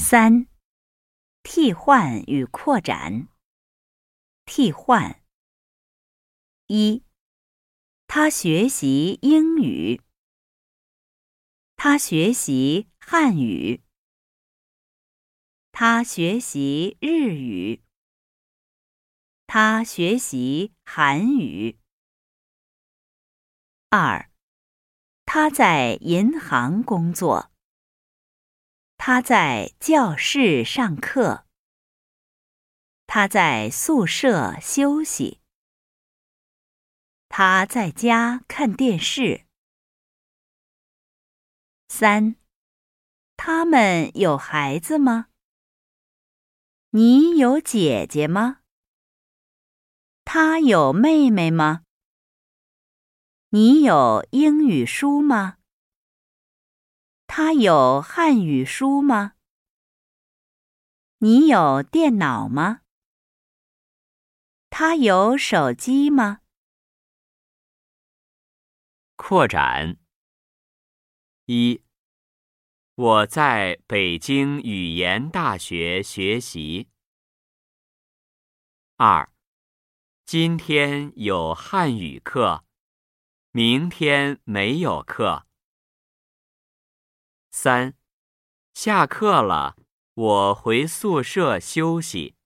3. 替换与扩展。替换。1. 他学习英语。他学习汉语。他学习日语。他学习韩语。2. 他在银行工作。他在教室上课。他在宿舍休息。他在家看电视。3. 他们有孩子吗？你有姐姐吗？他有妹妹吗？你有英语书吗？他有汉语书吗？你有电脑吗？他有手机吗？ 扩展。1. 我在北京语言大学学习。2. 今天有汉语课，明天没有课。3. 下课了，我回宿舍休息。